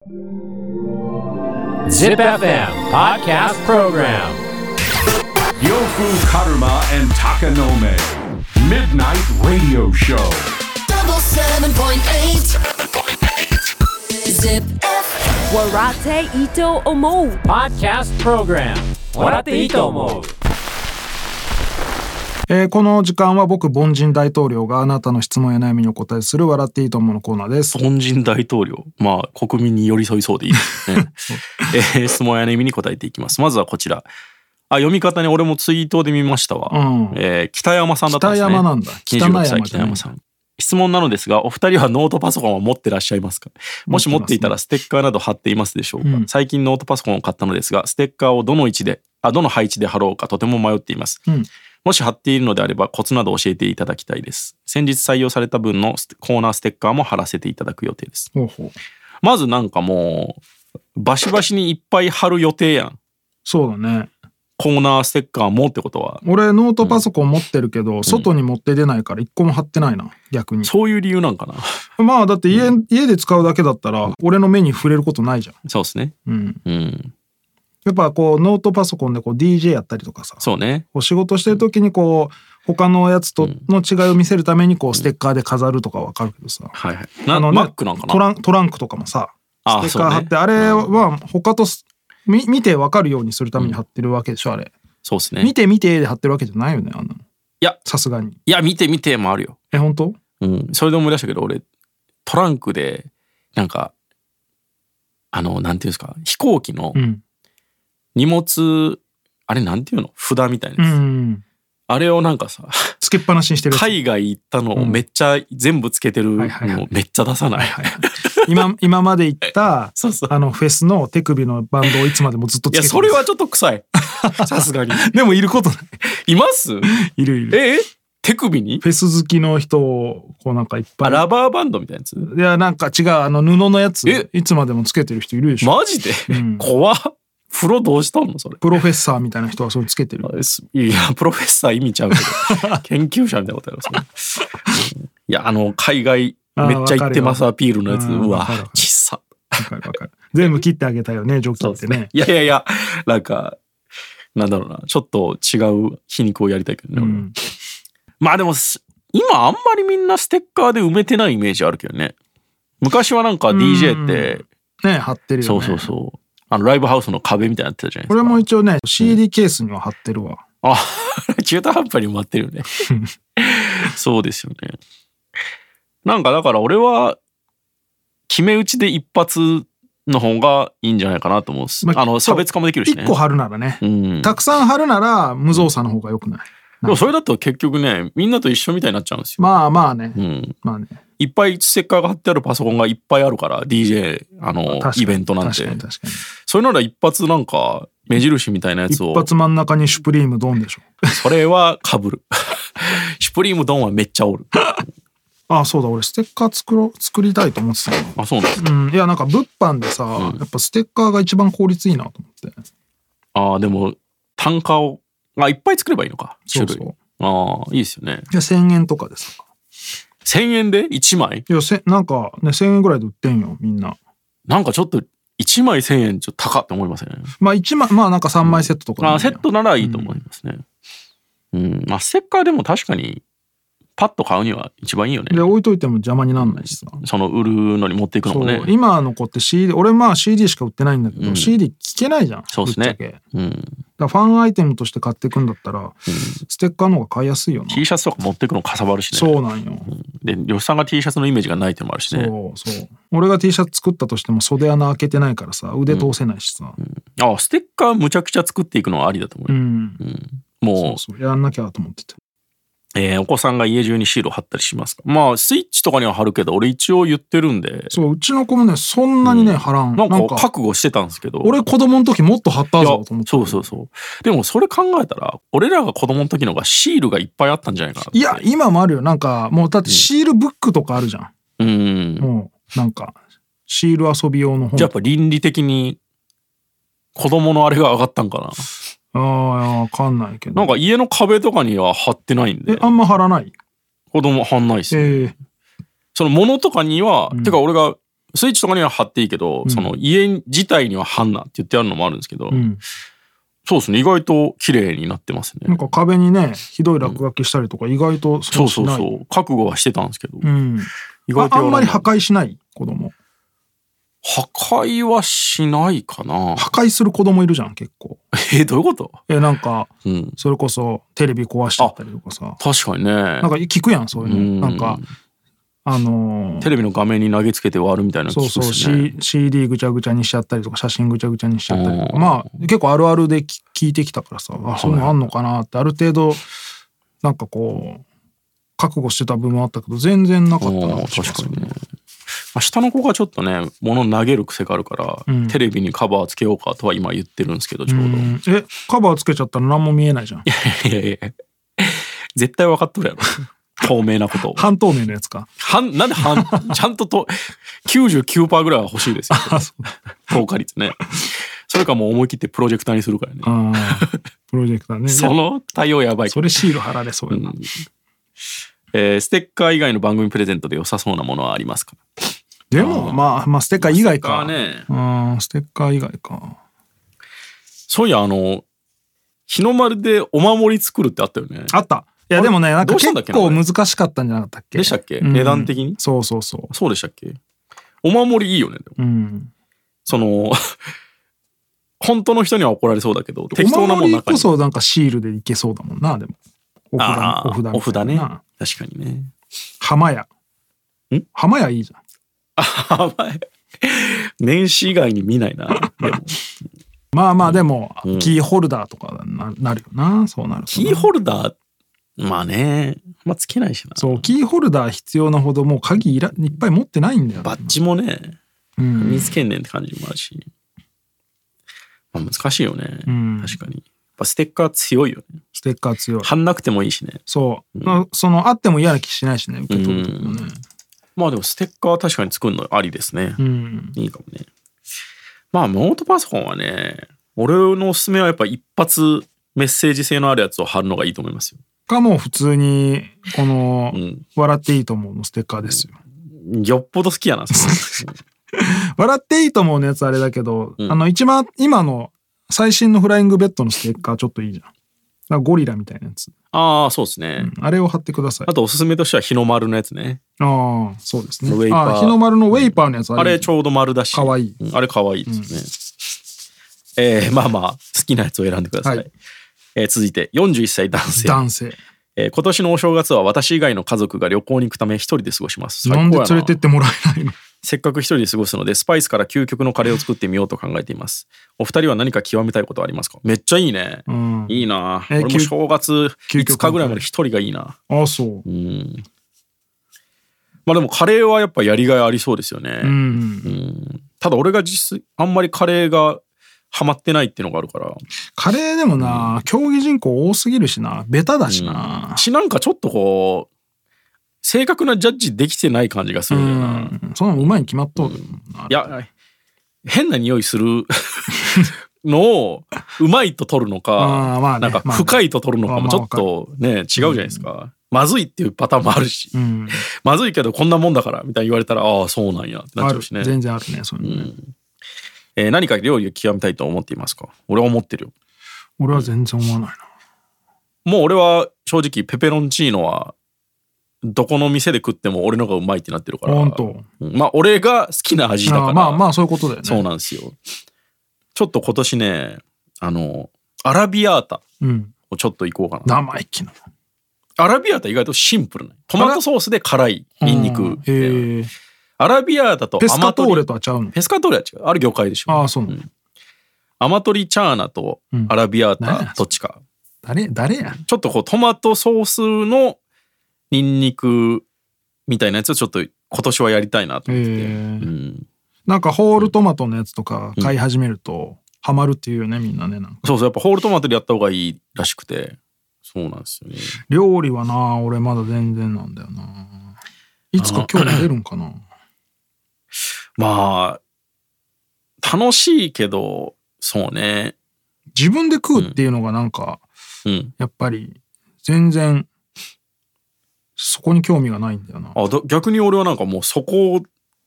Zip FM Podcast Program Yofu Karuma and Takanome Midnight Radio Show. Double 7.8 Zip Warate Ito Omo Podcast Program 笑っていいと思う。 この時間は僕凡人大統領があなたの質問や悩みにお答えする笑っていいと思うのコーナーです。 凡人大統領、まあ国民に寄り添いそうでいいですね。質問や悩みに答えていきます。まずはこちら。読み方に俺もツイートで見ましたわ。北山さんだったんですね。 北山なんだ。 26歳北山さん。質問なのですが、お二人はノートパソコンは持ってらっしゃいますか？もし持っていたらステッカーなど貼っていますでしょうか？最近ノートパソコンを買ったのですが、ステッカーをどの配置で貼ろうかとても迷っています。もし貼っているのであればコツなど教えていただきたいです。先日採用された分のコーナーステッカーも貼らせていただく予定です。まずなんかもうバシバシにいっぱい貼る予定やん。 そうだね。 コーナーステッカーもってことは俺ノートパソコン持ってるけど、外に持って出ないから一個も貼ってないな。逆にそういう理由なんかな。 まあだって家で使うだけだったら俺の目に触れることないじゃん。 そうですね。 やっぱこうノートパソコンでこう DJ やったりとかさ、 そうね、 こう仕事してる時にこう他のやつとの違いを見せるためにこうステッカーで飾るとかわかるけどさ、 はいはい、Mac なんかな、 トランクとかもさステッカー貼って、あれは他と見てわかるようにするために貼ってるわけでしょ、あれ。 そうですね。 見てで貼ってるわけじゃないよね、あんなの。いやさすがに。 いや見てもあるよ。 本当？ それで思い出したけど、俺トランクでなんかなんていうんですか、飛行機の荷物、あれなんていうの、札みたいなやつ、あれをなんかさつけっぱなしにしてる。 海外行ったのをめっちゃ全部つけてるのめっちゃ出さない。 今まで行ったフェスの手首のバンドをいつまでもずっとつけてる。 いやそれはちょっと臭い。さすがに。 でもいることない。 います？いる。手首に？ フェス好きの人をこうなんかいっぱい。 ラバーバンドみたいなやつ？ いやなんか違う、布のやついつまでもつけてる人いるでしょ。 マジで？怖っ。プロどうしたのそれ。 プロフェッサーみたいな人はそれつけてる。 いやプロフェッサー意味ちゃうけど研究者みたいなことやろそれ。いや海外めっちゃ行ってますアピールのやつ。うわちっさ。 わかる。全部切ってあげたよね、ジョッキってね。 いやなんかなんだろうな、ちょっと違う皮肉をやりたいけどね。まあでも今あんまりみんなステッカーで埋めてないイメージあるけどね。昔はなんか DJ ってね貼ってるよね。 そうライブハウスの壁みたいになってたじゃないですか。 これも一応ね CD ケースには貼ってるわ。 中途半端に埋まってるよね。そうですよね。なんかだから俺は決め打ちで一発の方がいいんじゃないかなと思う。差別化もできるしね。 1個貼るならね、たくさん貼るなら無造作の方が良くない？ でもそれだと結局ねみんなと一緒みたいになっちゃうんですよ。まあね。いっぱいステッカーが貼ってあるパソコンがいっぱいあるから DJ イベントなんて。確かにそれなら一発なんか目印みたいなやつを。 一発真ん中にシュプリームドンでしょ。 それは被る。シュプリームドンはめっちゃおる。 そうだ、俺ステッカー作りたいと思ってたの。 そうなんです。 いやなんか物販でさ、やっぱステッカーが一番効率いいなと思って。でも単価をいっぱい作ればいいのか。種類。いいですよね。 じゃあ1000円とかでさ。 1000円で1枚？ いやなんかね1000円ぐらいで売ってんよみんな。 なんかちょっと1枚1000円ちょっと高って思いますよね。 1枚なんか3枚セットとか、 セットならいいと思いますね。ステッカーでも確かにパッと買うには一番いいよね。 で置いといても邪魔になんないしさ、 その売るのに持っていくのもね。 今の子って CD、 俺CD しか売ってないんだけど、CD 聴けないじゃん。そうですね。だからファンアイテムとして買っていくんだったら、ステッカーの方が買いやすいよな。 T シャツとか持っていくのかさばるしね。 そうなんよ。 で吉さんが T シャツのイメージがないってのもあるしね。 そう俺が T シャツ作ったとしても袖穴開けてないからさ腕通せないしさ、 ステッカーむちゃくちゃ作っていくのはありだと思う。もうやんなきゃと思ってて。 お子さんが家中にシールを貼ったりしますか？スイッチとかには貼るけど俺一応言ってるんで。 うちの子もねそんなにね貼らん。 なんか覚悟してたんですけど、 俺子供の時もっと貼ったぞと思って。 そうでもそれ考えたら俺らが子供の時の方がシールがいっぱいあったんじゃないかな。 いや今もあるよ。なんかもうだってシールブックとかあるじゃん。もうなんかシール遊び用の本。 じゃあやっぱ倫理的に子供のあれが上がったんかな。 わかんないけど。 なんか家の壁とかには貼ってないんで。 あんま貼らない？ 子供貼んないっすね。その物とかには、てか俺がスイッチとかには貼っていいけど、その家自体には貼んなって言ってあるのもあるんですけど、そうですね、意外と綺麗になってますね。 なんか壁にねひどい落書きしたりとか意外とそう覚悟はしてたんですけど、 意外とあんまり破壊しない子供。 破壊はしないかな。 破壊する子供いるじゃん結構。 どういうこと？ なんか、それこそテレビ壊しちゃったりとかさ。 確かにね。 なんか聞くやんそういうの。なんかテレビの画面に投げつけて終わるみたいなの聞くっすね。 CD ぐちゃぐちゃにしちゃったりとか写真ぐちゃぐちゃにしちゃったりとか、まあ結構あるあるで聞いてきたからさ、そういうのあんのかなってある程度なんかこう覚悟してた部分あったけど全然なかったな。 確かにね。下の子がちょっとね物投げる癖があるから、テレビにカバーつけようかとは今言ってるんですけど、ちょうどカバーつけちゃったら何も見えないじゃん。 いや絶対分かっとるやろ透明なことを。 半透明のやつか。 なんでちゃんと 99% ぐらいは欲しいですよ透過率ね。それかもう思い切ってプロジェクターにするからね。 プロジェクターね。 その対応やばい。 それシール貼られそうやな。 ステッカー以外の番組プレゼントで良さそうなものはありますか？ でもまあステッカー以外か。 ステッカー以外か。 そういや日の丸でお守り作るってあったよね。 あった。いやでもねなんか結構難しかったんじゃなかったっけ？ でしたっけ？値段的に？ そうでしたっけ？お守りいいよね。でもその本当の人には怒られそうだけど適当なもん中に。お守りこそなんかシールでいけそうだもんな。でもお札ね。確かにね。 浜屋いいじゃん。 年始以外に見ないな。でもまあでも、キーホルダーとかなるよな。そうなるとキーホルダーまあねつけないしな。 そうキーホルダー必要なほどもう鍵いっぱい持ってないんだよ。 バッジもね見つけんねんって感じもあるし、難しいよね。確かにステッカー強いよね。 ステッカー強い。 貼んなくてもいいしね。 そう、そのあっても嫌な気しないしね、受け取る時もね。 まあでもステッカーは確かに作るのありですね。いいかもね。ノートパソコンはね、俺のおすすめはやっぱ一発メッセージ性のあるやつを貼るのがいいと思いますよ。 かもう普通にこの笑っていいと思うのステッカーですよ。 よっぽど好きやな。 笑っていいと思うのやつあれだけど、一番今の最新のフライングベッドのステッカーちょっといいじゃん。なんかゴリラみたいなやつ。 そうですね、 あれを貼ってください。 あとおすすめとしては日の丸のやつね。 そうですね。日の丸のウェイパーのやつあれちょうど丸だし。 かわいい。 あれかわいいですよね。好きなやつを選んでください。続いて41歳男性。今年のお正月は私以外の家族が旅行に行くため一人で過ごします。 なんで連れてってもらえないの？ せっかく一人で過ごすのでスパイスから究極のカレーを作ってみようと考えています。お二人は何か極めたいことはありますか？めっちゃいいね。いいな。俺も正月5日ぐらいまで一人がいいな。 そう。 でもカレーはやっぱやりがいありそうですよね。ただ俺があんまりカレーがハマってないっていうのがあるから。 カレーでもな、競技人口多すぎるしな、ベタだしな。 なんかちょっとこう正確なジャッジできてない感じがする。 そのうまいに決まっとる。 いや変な匂いするのをうまいと取るのか、なんか深いと取るのかもちょっとね違うじゃないですか。まずいっていうパターンもあるし、まずいけどこんなもんだからみたいに言われたらそうなんやってなっちゃうしね。 全然あるねそういうのね。 何か料理を極めたいと思っていますか？俺は思ってるよ。 俺は全然思わないな。 もう俺は正直ペペロンチーノはどこの店で食っても俺のがうまいってなってるから。 本当。 俺が好きな味だから。 まあそういうことだよね。 そうなんですよ。ちょっと今年ねアラビアータをちょっと行こうかな。 生意気な。 アラビアータ意外とシンプルな。トマトソースで辛いニンニク。アラビアータとペスカトーレとはちゃうの？ ペスカトーレは違う。あれ魚介でしょ。 そうなの。 アマトリチャーナとアラビアータどっちか。 誰や？ ちょっとこうトマトソースのニンニクみたいなやつをちょっと今年はやりたいなと思って。 なんかホールトマトのやつとか買い始めるとハマるっていうよねみんなね。 そうやっぱホールトマトでやった方がいいらしくて。そうなんですよね。 料理はな俺まだ全然なんだよな。いつか興味出るんかな。 楽しいけどそうね。 自分で食うっていうのがなんか、やっぱり全然そこに興味がないんだよな。 逆に俺はなんかもうそこ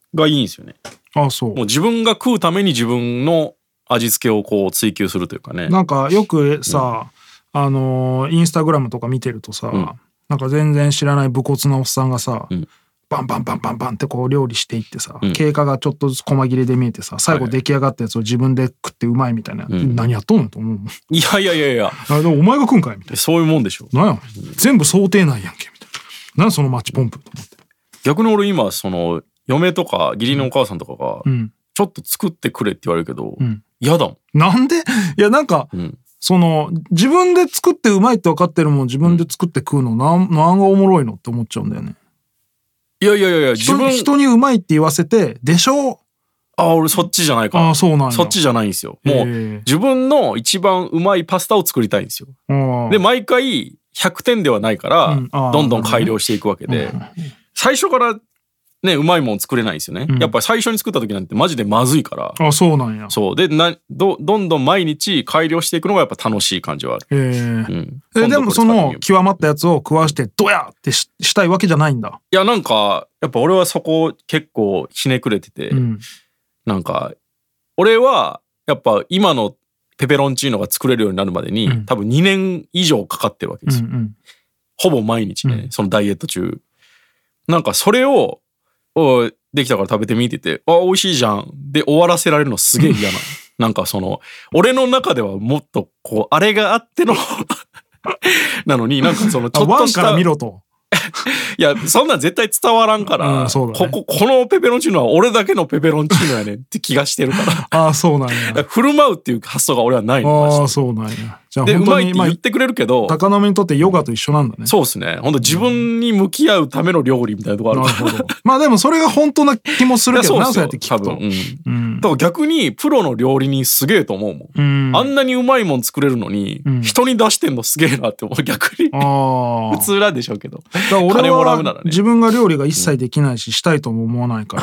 がいいんですよね。 あ、そう。 もう自分が食うために自分の味付けをこう追求するというかね。 なんかよくさ、インスタグラムとか見てるとさ、なんか全然知らない武骨なおっさんがさ、バンバンバンバンバンってこう料理していってさ、経過がちょっとずつ細切れで見えてさ、最後出来上がったやつを自分で食ってうまいみたいな、何やっとんのと思うもん。 いやでもお前が食うんかいみたいな。 そういうもんでしょ。 なんや、全部想定内やんけみたいな。なんそのマッチポンプと思って。 逆に俺今その嫁とか義理のお母さんとかがちょっと作ってくれって言われるけど、嫌だもん。 なんで？いやなんか、その自分で作ってうまいって分かってるもん自分で作って食うのなんがおもろいのって思っちゃうんだよね。 いや人にうまいって言わせてでしょ。 俺そっちじゃないか。 そうなんや。 そっちじゃないんですよ。もう自分の一番うまいパスタを作りたいんですよ。で毎回100点ではないから、どんどん改良していくわけで、最初からねうまいもん作れないんですよね。やっぱり最初に作った時なんてマジでまずいから。 そうなんや。 そうでどんどん毎日改良していくのがやっぱ楽しい感じはある。 でもその極まったやつを食わしてドヤってしたいわけじゃないんだ。 いやなんかやっぱ俺はそこ結構ひねくれてて、なんか俺はやっぱ今のペペロンチーノが作れるようになるまでに、多分2年以上かかってるわけですよ。ほぼ毎日ね、そのダイエット中。なんかそれをできたから食べてみてて、美味しいじゃんで終わらせられるのすげえ嫌なの。なんかその俺の中ではもっとこうあれがあってのなのになんかそのちょっとしたワンから見ろと。 いやそんなん絶対伝わらんから、このペペロンチーノは俺だけのペペロンチーノやねんって気がしてるから。 そうなんや。 振る舞うっていう発想が俺はないの。 そうなんや。じゃあでうまいって言ってくれるけど、 高野目にとってヨガと一緒なんだね。 そうですね。本当自分に向き合うための料理みたいなとこあるから。 なるほど。まあでもそれが本当な気もするけどな、そうやって聞くと。 だから逆にプロの料理人すげえと思うもん。あんなにうまいもん作れるのに、人に出してんのすげえなって思う。逆に普通なんでしょうけど。 だから俺は自分が料理が一切できないし、したいとも思わないから。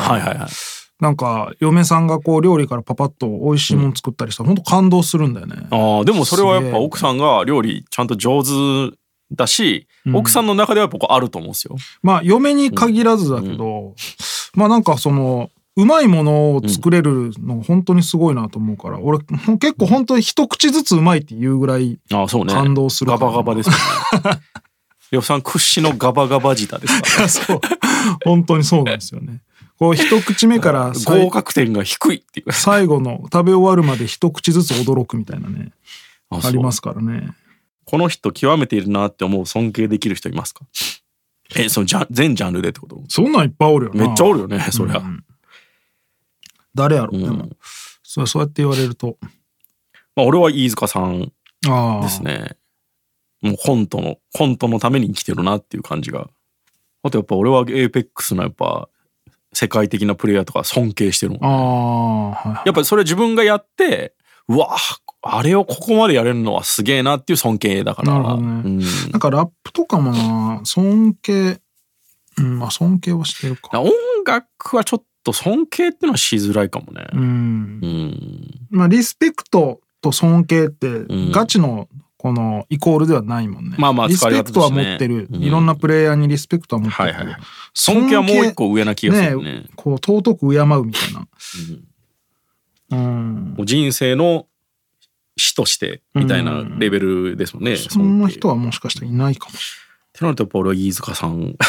なんか嫁さんがこう料理からパパッと美味しいもん作ったりしたら本当感動するんだよね。 でもそれはやっぱ奥さんが料理ちゃんと上手だし、奥さんの中では僕あると思うんですよ。 まあ嫁に限らずだけど、まあなんかそのうまいものを作れるの本当にすごいなと思うから、俺結構本当に一口ずつうまいっていうぐらい感動する。 ガバガバですよね。よさん屈指のガバガバ舌ですからね。 そう本当にそうなんですよね。こう一口目から合格点が低いっていう最後の食べ終わるまで一口ずつ驚くみたいなね ありますからね。 この人極めているなって思う尊敬できる人いますか？その全ジャンルでってこと？ そんなんいっぱいおるよな。 めっちゃおるよねそりゃ。 誰やろう、でもそうやって言われると、 まあ、俺は飯塚さんですね。もうコントのために生きてるなっていう感じが。あとやっぱ俺はエーペックスのやっぱ世界的なプレイヤーとか尊敬してるもんね。やっぱりそれ自分がやってうわあれをここまでやれるのはすげえなっていう尊敬だから。なるほどね。 なんかラップとかもな尊敬、まあ尊敬はしてるか。 音楽はちょっと尊敬っていうのはしづらいかもね。 まあリスペクトと尊敬ってガチのこのイコールではないもんね。 まあまあリスペクトは持ってる、いろんなプレイヤーにリスペクトは持ってる、 尊敬はもう一個上な気がするね。 こう尊く敬うみたいな、 もう人生の師としてみたいなレベルですもんね。 そんな人はもしかしたらいないかもしれない。 ってなるとやっぱ俺は飯塚さん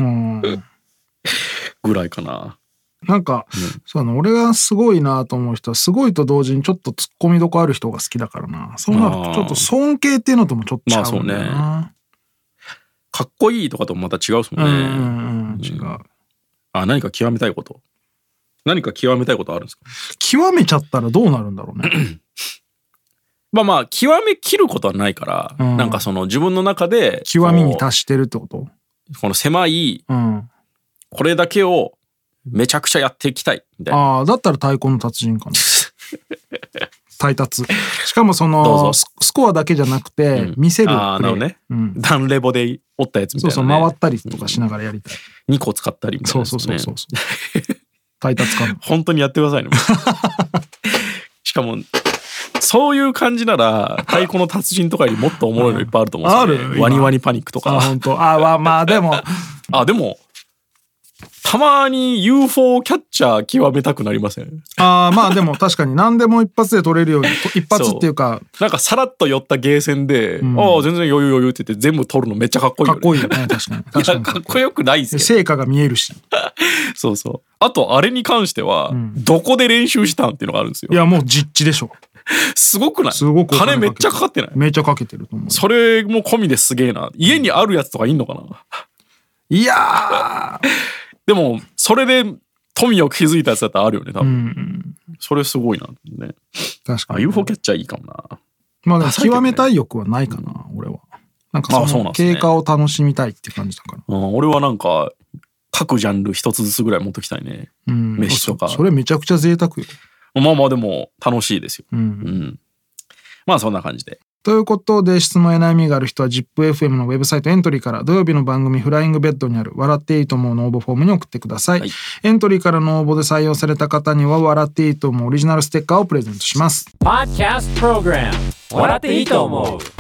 ぐらいかな。 なんか、そうだな、俺がすごいなと思う人はすごいと同時にちょっと突っ込みどこある人が好きだからな。そうなるとちょっと尊敬っていうのともちょっと違うんだよな。まあそうね。 かっこいいとかともまた違うですもんね。 違う。 何か極めたいこと。何か極めたいことあるんですか？ 極めちゃったらどうなるんだろうね。 まあ極めきることはないから、なんかその自分の中で極みに達してるってこと？ この狭い、これだけをめちゃくちゃやっていきたいみたいな。 だったら太鼓の達人かな。タイタツ。しかもそのスコアだけじゃなくて見せるプレイ。 なるほどね。ダンレボで折ったやつみたいな、ね。そう回ったりとかしながらやりたい。 2個使ったりみたいな、ね。 そう。タイタツかな。 本当にやってくださいね。しかもそういう感じなら太鼓の達人とかよりもっとおもろいのいっぱいあると思うんですよね。ワニワニパニックとか。 本当。まあでもでもたまに UFO キャッチャー極めたくなりません？ ああ、まあでも確かに何でも一発で取れるように、一発っていうか、 なんかさらっと寄ったゲーセンで、ああ全然余裕って言って全部取るのめっちゃかっこいいよね。 かっこいいよね、確かに。確かにかっこよくないっすよ。 成果が見えるし。 そうそう。あとあれに関しては、どこで練習したんっていうのがあるんですよ。 いやもう実地でしょ。 すごくない？ すごく金めっちゃかかってない？ めっちゃかけてると思う。 それも込みですげえな。家にあるやつとかいんのかな？ いやーでもそれで富を築いたやつだったらあるよね多分、それすごいなね。 確かに、 UFO キャッチャーいいかもな。 まあでも極めたい欲はないかな、俺は。なんかその経過を楽しみたいって感じだから、 俺はなんか各ジャンル一つずつぐらい持っときたいね、飯とか。 それめちゃくちゃ贅沢よ。 まあまあでも楽しいですよ、まあそんな感じで。 ということで、質問や悩みがある人は ZIPFM のウェブサイトエントリーから土曜日の番組フライングベッドにある笑っていいと思うの応募フォームに送ってください、エントリーからの応募で採用された方には笑っていいと思うオリジナルステッカーをプレゼントします。 Podcast Program 笑っていいと思う。